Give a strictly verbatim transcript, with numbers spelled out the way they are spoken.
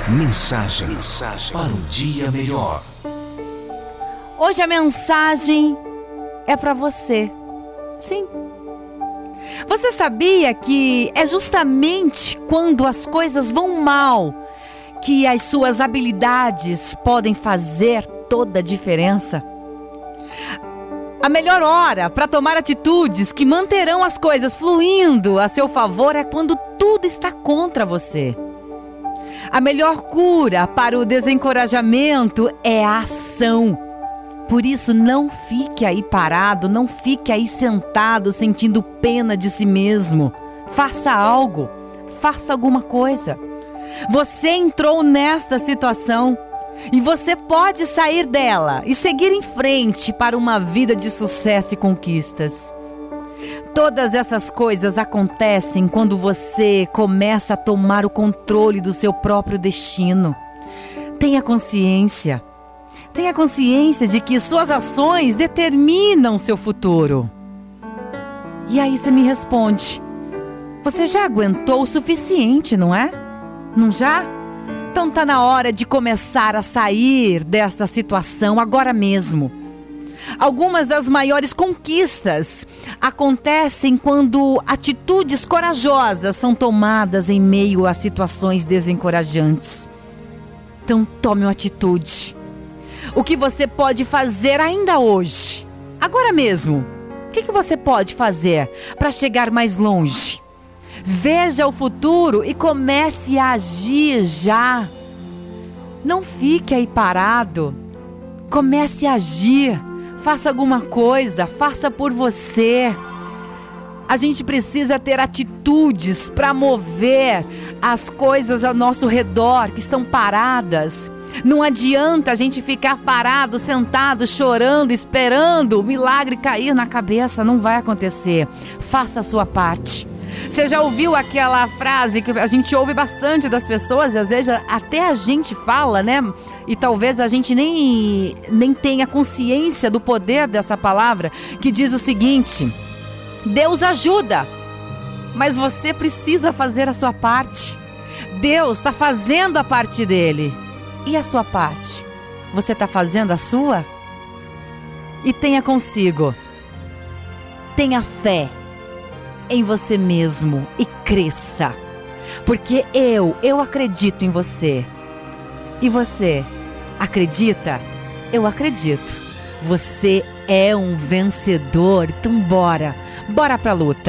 Mensagem, mensagem para um dia melhor. Hoje a mensagem é para você. Sim. Você sabia que é justamente quando as coisas vão mal que as suas habilidades podem fazer toda a diferença? A melhor hora para tomar atitudes que manterão as coisas fluindo a seu favor é quando tudo está contra você. A melhor cura para o desencorajamento é a ação. Por isso, não fique aí parado, não fique aí sentado sentindo pena de si mesmo. Faça algo, faça alguma coisa. Você entrou nesta situação e você pode sair dela e seguir em frente para uma vida de sucesso e conquistas. Todas essas coisas acontecem quando você começa a tomar o controle do seu próprio destino. Tenha consciência. Tenha consciência de que suas ações determinam seu futuro. E aí você me responde: você já aguentou o suficiente, não é? Não já? Então tá na hora de começar a sair desta situação agora mesmo. Algumas das maiores conquistas acontecem quando atitudes corajosas são tomadas em meio a situações desencorajantes. Então tome uma atitude. O que você pode fazer ainda hoje, agora mesmo? O que, que você pode fazer para chegar mais longe? Veja o futuro e comece a agir já. Não fique aí parado. Comece a agir. Faça alguma coisa, faça por você. A gente precisa ter atitudes para mover as coisas ao nosso redor que estão paradas. Não adianta a gente ficar parado, sentado, chorando, esperando o milagre cair na cabeça. Não vai acontecer. Faça a sua parte. Você já ouviu aquela frase que a gente ouve bastante das pessoas e às vezes até a gente fala, né? E talvez a gente nem, nem tenha consciência do poder dessa palavra, que diz o seguinte: Deus ajuda, mas você precisa fazer a sua parte. Deus está fazendo a parte dele. E a sua parte? Você está fazendo a sua? E tenha consigo. Tenha fé em você mesmo e cresça. Porque eu, eu acredito em você. E você acredita? Eu acredito. Você é um vencedor. Então bora, bora pra luta.